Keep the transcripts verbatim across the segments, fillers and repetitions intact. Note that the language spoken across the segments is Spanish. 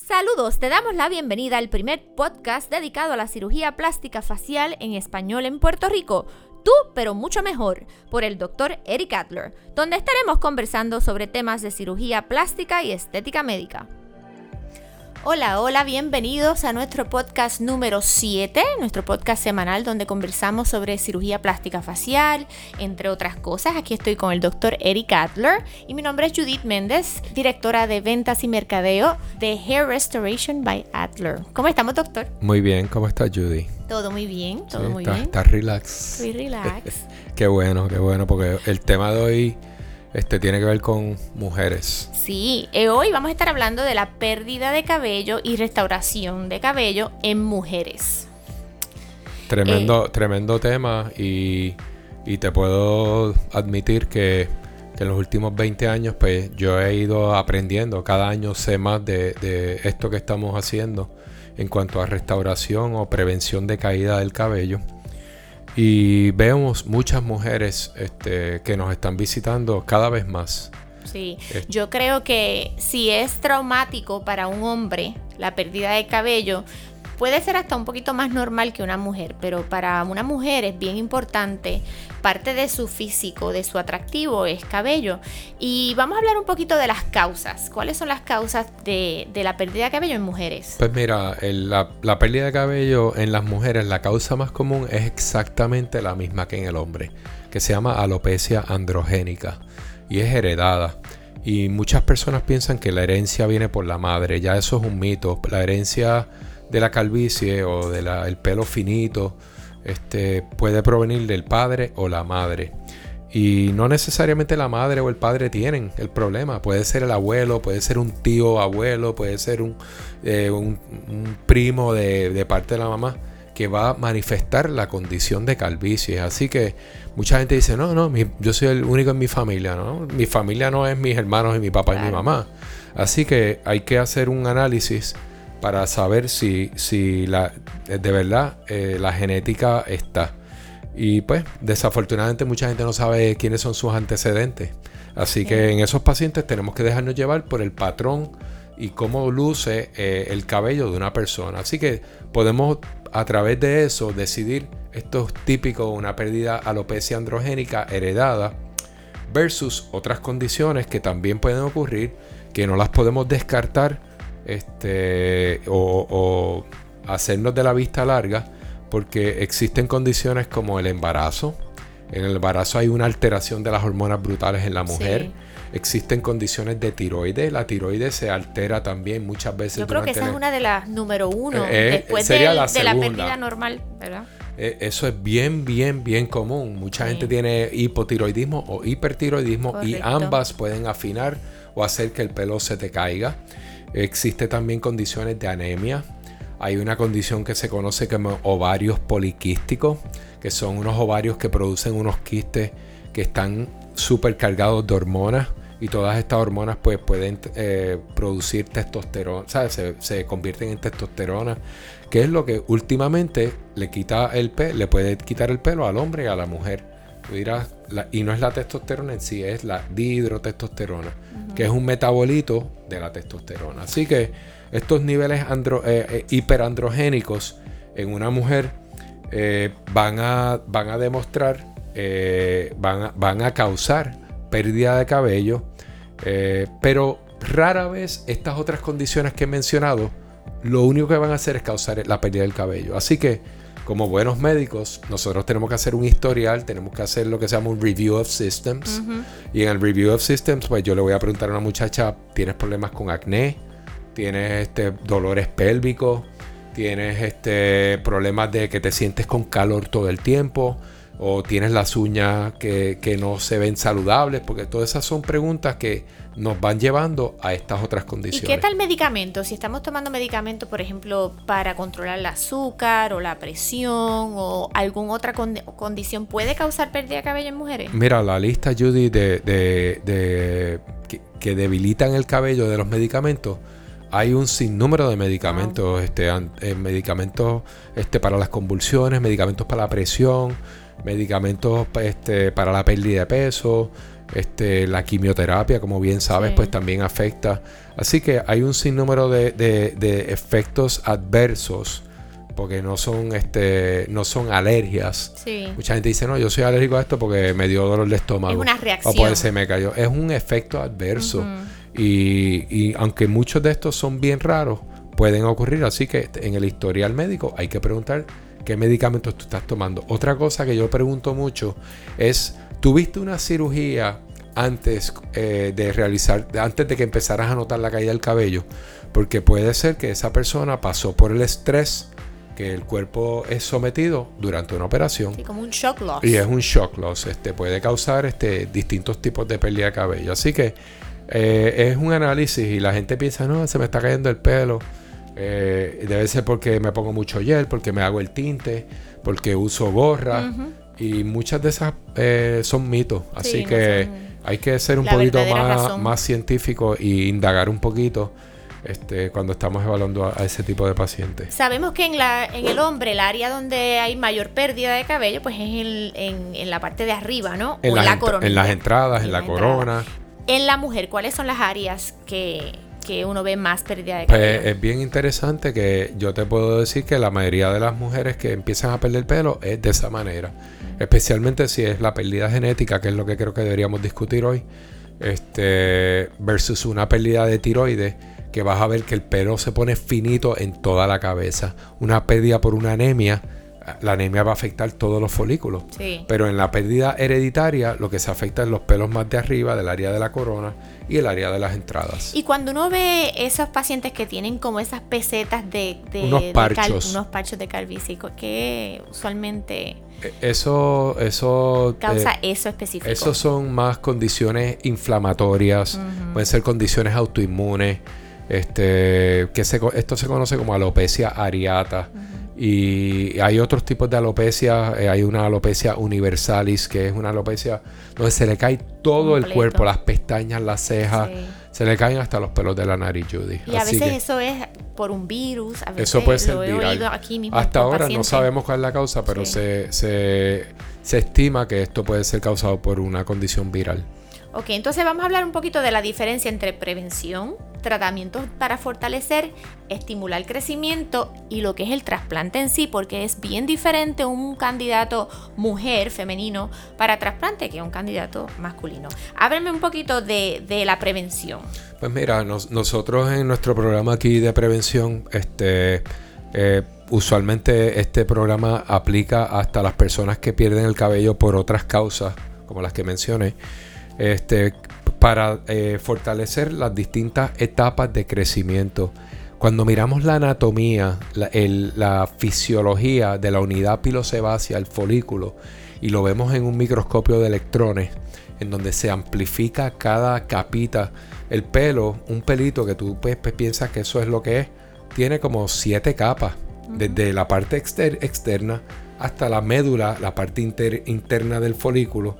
Saludos, te damos la bienvenida al primer podcast dedicado a la cirugía plástica facial en español en Puerto Rico. Tú, pero mucho mejor, por el doctor Eric Adler, donde estaremos conversando sobre temas de cirugía plástica y estética médica. Hola, hola, bienvenidos a nuestro podcast número siete, nuestro podcast semanal donde conversamos sobre cirugía plástica facial, entre otras cosas. Aquí estoy con el doctor Eric Adler y mi nombre es Judith Méndez, directora de ventas y mercadeo de Hair Restoration by Adler. ¿Cómo estamos, doctor? Muy bien, ¿cómo estás, Judy? Todo muy bien, todo sí, muy está, bien. Estás relax. Estoy relax. Qué bueno, qué bueno, porque el tema de hoy este, tiene que ver con mujeres. Sí, eh, hoy vamos a estar hablando de la pérdida de cabello y restauración de cabello en mujeres. Tremendo, eh, tremendo tema y, y te puedo admitir que, que en los últimos veinte años pues yo he ido aprendiendo, cada año sé más de, de esto que estamos haciendo en cuanto a restauración o prevención de caída del cabello. Y vemos muchas mujeres este, que nos están visitando cada vez más. Sí, yo creo que si es traumático para un hombre la pérdida de cabello, puede ser hasta un poquito más normal que una mujer, pero para una mujer es bien importante. Parte de su físico, de su atractivo es cabello. Y vamos a hablar un poquito de las causas. ¿Cuáles son las causas de, de la pérdida de cabello en mujeres? Pues mira, el, la, la pérdida de cabello en las mujeres, la causa más común es exactamente la misma que en el hombre, que se llama alopecia androgénica y es heredada. Y muchas personas piensan que la herencia viene por la madre. Ya eso es un mito. La herencia de la calvicie o del de pelo finito este, puede provenir del padre o la madre. Y no necesariamente la madre o el padre tienen el problema. Puede ser el abuelo, puede ser un tío abuelo, puede ser un, eh, un, un primo de, de parte de la mamá que va a manifestar la condición de calvicie. Así que mucha gente dice, no, no, mi, yo soy el único en mi familia, ¿no? Mi familia no es mis hermanos y mi papá claro. y mi mamá. Así que hay que hacer un análisis para saber si, si la, de verdad eh, la genética está. Y pues desafortunadamente mucha gente no sabe quiénes son sus antecedentes. Así sí. que en esos pacientes tenemos que dejarnos llevar por el patrón y cómo luce eh, el cabello de una persona. Así que podemos a través de eso decidir esto es típico una pérdida alopecia androgénica heredada versus otras condiciones que también pueden ocurrir que no las podemos descartar este, o, o hacernos de la vista larga porque existen condiciones como el embarazo. En el embarazo hay una alteración de las hormonas brutales en la mujer. Sí. Existen condiciones de tiroides. La tiroides se altera también muchas veces. Yo creo que esa el... es una de las número uno eh, después de la, la, de la pérdida normal, ¿verdad? Eh, eso es bien, bien, bien común. Mucha sí. gente tiene hipotiroidismo o hipertiroidismo. Correcto. Y ambas pueden afinar o hacer que el pelo se te caiga. Existe también condiciones de anemia. Hay una condición que se conoce como ovarios poliquísticos, que son unos ovarios que producen unos quistes que están súper cargados de hormonas y todas estas hormonas pues pueden eh, producir testosterona, ¿sabes? Se, se convierten en testosterona, que es lo que últimamente le quita el pe- le puede quitar el pelo al hombre y a la mujer. Tú dirás, la, y no es la testosterona en sí, es la dihidrotestosterona, uh-huh. que es un metabolito de la testosterona. Así que estos niveles andro, eh, eh, hiperandrogénicos en una mujer eh, van, a, van a demostrar, eh, van, a, van a causar pérdida de cabello, eh, pero rara vez estas otras condiciones que he mencionado, lo único que van a hacer es causar la pérdida del cabello. Así que como buenos médicos, nosotros tenemos que hacer un historial, tenemos que hacer lo que se llama un review of systems. Uh-huh. Y en el review of systems, pues yo le voy a preguntar a una muchacha, ¿tienes problemas con acné? ¿Tienes este, dolores pélvicos? ¿Tienes este, problemas de que te sientes con calor todo el tiempo? ¿O tienes las uñas que, que no se ven saludables? Porque todas esas son preguntas que nos van llevando a estas otras condiciones. ¿Y qué tal medicamento? Si estamos tomando medicamento, por ejemplo, para controlar el azúcar o la presión o alguna otra con- condición, ¿puede causar pérdida de cabello en mujeres? Mira, la lista, Judy, de, de, de que, que debilitan el cabello de los medicamentos, hay un sinnúmero de medicamentos, wow. este, eh, medicamentos este, para las convulsiones, medicamentos para la presión, medicamentos este, para la pérdida de peso, Este, la quimioterapia, como bien sabes, sí. pues también afecta. Así que hay un sinnúmero de, de, de efectos adversos, porque no son, este, no son alergias. Sí. Mucha gente dice, no, yo soy alérgico a esto porque me dio dolor de estómago. Es una reacción. O porque se me cayó. Es un efecto adverso. Uh-huh. y, y aunque muchos de estos son bien raros, pueden ocurrir. Así que en el historial médico hay que preguntar qué medicamentos tú estás tomando. Otra cosa que yo pregunto mucho es, ¿tuviste una cirugía antes eh, de realizar, antes de que empezaras a notar la caída del cabello? Porque puede ser que esa persona pasó por el estrés que el cuerpo es sometido durante una operación. Sí, como un shock loss. Y es un shock loss. Este, puede causar este, distintos tipos de pérdida de cabello. Así que eh, es un análisis y la gente piensa, no, se me está cayendo el pelo. Eh, debe ser porque me pongo mucho gel, porque me hago el tinte, porque uso gorra. Uh-huh. Y muchas de esas eh, son mitos. Así sí, que no son... hay que ser un poquito más, más científico e indagar un poquito este, cuando estamos evaluando a, a ese tipo de pacientes. Sabemos que en, la, en el hombre el área donde hay mayor pérdida de cabello pues es el, en, en la parte de arriba, ¿no? En, o las, la ent- corona. en las entradas, en, en la, la corona. En la mujer, ¿cuáles son las áreas que... que uno ve más pérdida de cabello? Pues es bien interesante que yo te puedo decir que la mayoría de las mujeres que empiezan a perder pelo es de esa manera. Uh-huh. Especialmente si es la pérdida genética, que es lo que creo que deberíamos discutir hoy, este, versus una pérdida de tiroides, que vas a ver que el pelo se pone finito en toda la cabeza. Una pérdida por una anemia, la anemia va a afectar todos los folículos. Sí. Pero en la pérdida hereditaria, lo que se afecta es los pelos más de arriba, del área de la corona y el área de las entradas. Y cuando uno ve esos pacientes que tienen como esas pesetas de... de unos parchos. De cal, unos parchos de calvicie, que usualmente... Eso... eso causa eh, eso específico. Esos son más condiciones inflamatorias, uh-huh. pueden ser condiciones autoinmunes, este, que se, esto se conoce como alopecia areata. Uh-huh. Y hay otros tipos de alopecia. Eh, hay una alopecia universalis, que es una alopecia donde se le cae todo completo. El cuerpo, las pestañas, las cejas, sí. se le caen hasta los pelos de la nariz, Judy. Y a Así veces que, eso es por un virus, a veces eso puede ser lo he viral. oído aquí mismo. Hasta ahora pacientes. No sabemos cuál es la causa, pero sí. se, se, se estima que esto puede ser causado por una condición viral. Ok, entonces vamos a hablar un poquito de la diferencia entre prevención, tratamientos para fortalecer, estimular el crecimiento y lo que es el trasplante en sí, porque es bien diferente un candidato mujer, femenino, para trasplante que un candidato masculino. Háblame un poquito de, de la prevención. Pues mira, nos, nosotros en nuestro programa aquí de prevención, este, eh, usualmente este programa aplica hasta las personas que pierden el cabello por otras causas, como las que mencioné. Este, para eh, fortalecer las distintas etapas de crecimiento. Cuando miramos la anatomía, la, el, la fisiología de la unidad pilosebácea, el folículo, y lo vemos en un microscopio de electrones, en donde se amplifica cada capita. El pelo, un pelito que tú pues, pues, piensas que eso es lo que es, tiene como siete capas, uh-huh. desde la parte exter- externa hasta la médula, la parte inter- interna del folículo,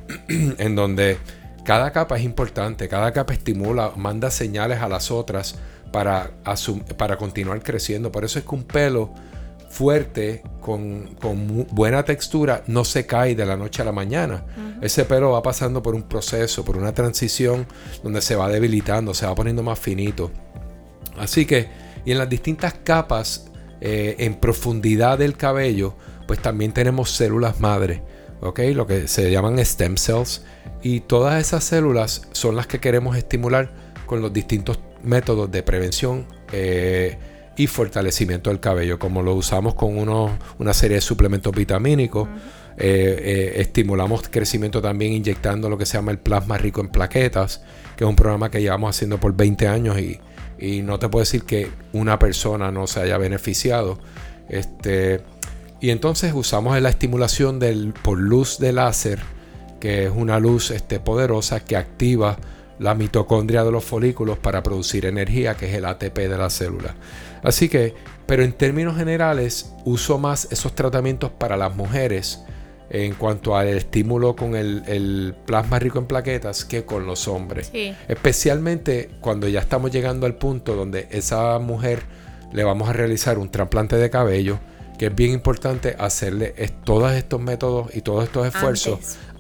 en donde cada capa es importante, cada capa estimula, manda señales a las otras para, asum- para continuar creciendo. Por eso es que un pelo fuerte, con, con buena textura, no se cae de la noche a la mañana. Uh-huh. Ese pelo va pasando por un proceso, por una transición donde se va debilitando, se va poniendo más finito. Así que, y en las distintas capas, eh, en profundidad del cabello, pues también tenemos células madre. Okay, lo que se llaman stem cells, y todas esas células son las que queremos estimular con los distintos métodos de prevención eh, y fortalecimiento del cabello, como lo usamos con unos, una serie de suplementos vitamínicos. Uh-huh. eh, eh, estimulamos crecimiento también inyectando lo que se llama el plasma rico en plaquetas, que es un programa que llevamos haciendo por veinte años y, y no te puedo decir que una persona no se haya beneficiado. Este... Y entonces usamos la estimulación del, por luz de láser, que es una luz este, poderosa que activa la mitocondria de los folículos para producir energía, que es el A T P de la célula. Así que, pero en términos generales, uso más esos tratamientos para las mujeres en cuanto al estímulo con el, el plasma rico en plaquetas que con los hombres. Sí. Especialmente cuando ya estamos llegando al punto donde esa mujer le vamos a realizar un trasplante de cabello, que es bien importante hacerle es, todos estos métodos y todos estos esfuerzos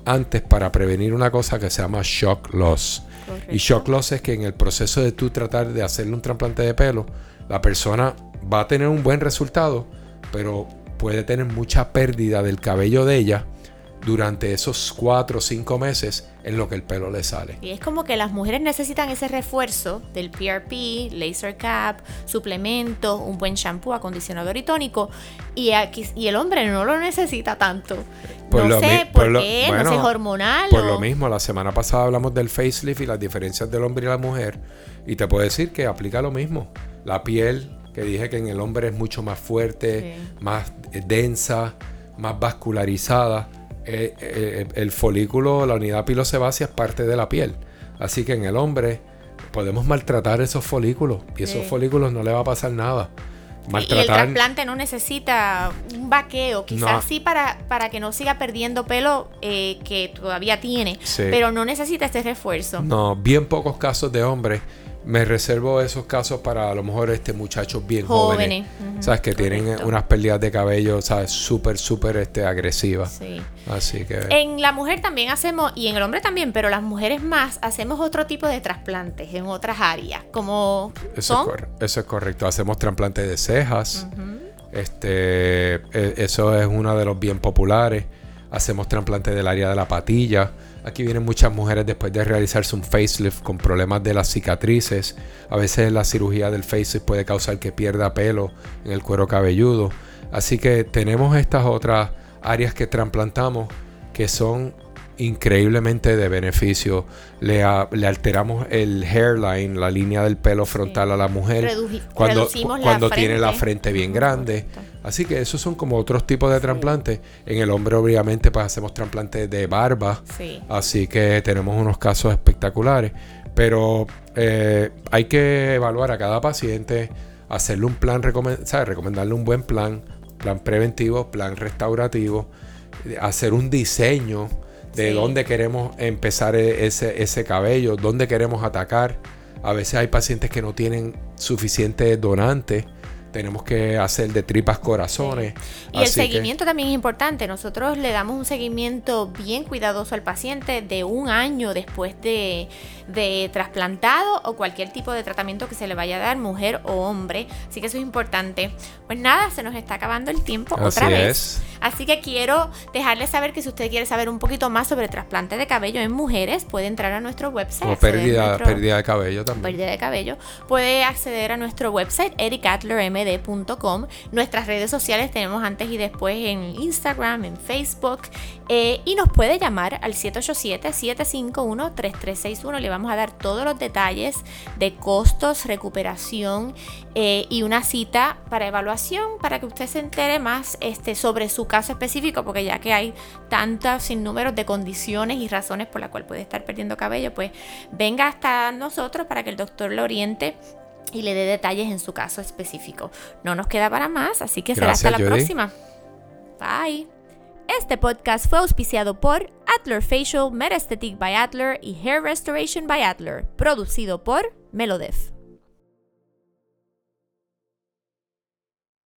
antes para prevenir una cosa que se llama shock loss. Correcto. Y shock loss es que en el proceso de tú tratar de hacerle un trasplante de pelo, la persona va a tener un buen resultado, pero puede tener mucha pérdida del cabello de ella durante esos cuatro o cinco meses en lo que el pelo le sale. Y es como que las mujeres necesitan ese refuerzo del P R P, laser cap, suplementos, un buen shampoo, acondicionador y tónico, y aquí, y el hombre no lo necesita tanto. Por no lo sé mi, por, por qué, lo, bueno, no sé, es hormonal. Por o... lo mismo, la semana pasada hablamos del facelift y las diferencias del hombre y la mujer, y te puedo decir que aplica lo mismo. La piel, que dije que en el hombre es mucho más fuerte, sí. más densa, más vascularizada. Eh, eh, el folículo, la unidad pilosebácea es parte de la piel, así que en el hombre podemos maltratar esos folículos y esos sí. folículos no le va a pasar nada. Maltratar... Y el trasplante no necesita un vaqueo, quizás no. sí para, para que no siga perdiendo pelo eh, que todavía tiene, sí. pero no necesita este refuerzo. No, bien pocos casos de hombres. Me reservo esos casos para a lo mejor este muchachos bien jóvenes, jóvenes uh-huh. ¿sabes? Que Correcto. Tienen unas pérdidas de cabello, ¿sabes? Súper, súper este, agresivas. Sí. Así que... En la mujer también hacemos, y en el hombre también, pero las mujeres más, hacemos otro tipo de trasplantes en otras áreas, como eso, son... es, cor- eso es correcto. Hacemos trasplantes de cejas. Uh-huh. Este, eh, eso es uno de los bien populares. Hacemos trasplantes del área de la patilla. Aquí vienen muchas mujeres después de realizarse un facelift con problemas de las cicatrices. A veces la cirugía del facelift puede causar que pierda pelo en el cuero cabelludo. Así que tenemos estas otras áreas que trasplantamos que son increíblemente de beneficio. Le, a, le alteramos el hairline, la línea del pelo frontal sí. a la mujer Redu- cuando, cuando la tiene la frente bien grande. Correcto. Así que esos son como otros tipos de trasplantes. Sí. En el hombre obviamente pues hacemos trasplantes de barba. Sí. Así que tenemos unos casos espectaculares. Pero eh, hay que evaluar a cada paciente, hacerle un plan, recomend- ¿sabes? recomendarle un buen plan, plan preventivo, plan restaurativo, hacer un diseño de sí. dónde queremos empezar ese, ese cabello, dónde queremos atacar. A veces hay pacientes que no tienen suficiente donante. Tenemos que hacer de tripas corazones. Sí. Y el seguimiento que... también es importante. Nosotros le damos un seguimiento bien cuidadoso al paciente de un año después de, de trasplantado o cualquier tipo de tratamiento que se le vaya a dar, mujer o hombre. Así que eso es importante. Pues nada, se nos está acabando el tiempo Así otra vez. Es. Así que quiero dejarles saber que si usted quiere saber un poquito más sobre trasplante de cabello en mujeres, puede entrar a nuestro website. O pérdida, nuestro... pérdida de cabello también. Pérdida de cabello. Puede acceder a nuestro website, eric adler m d punto com. Nuestras redes sociales tenemos antes y después en Instagram, en Facebook. Eh, y nos puede llamar al siete ocho siete, siete cinco uno, tres tres seis uno. Le vamos a dar todos los detalles de costos, recuperación eh, y una cita para evaluación para que usted se entere más este, sobre su caso específico, porque ya que hay tantos sinnúmeros de condiciones y razones por las cuales puede estar perdiendo cabello, pues venga hasta nosotros para que el doctor lo oriente y le dé detalles en su caso específico. No nos queda para más, así que será Gracias, hasta la Judy. próxima. Bye. Este podcast fue auspiciado por Adler Facial, Metaesthetic by Adler y Hair Restoration by Adler, producido por Melodef.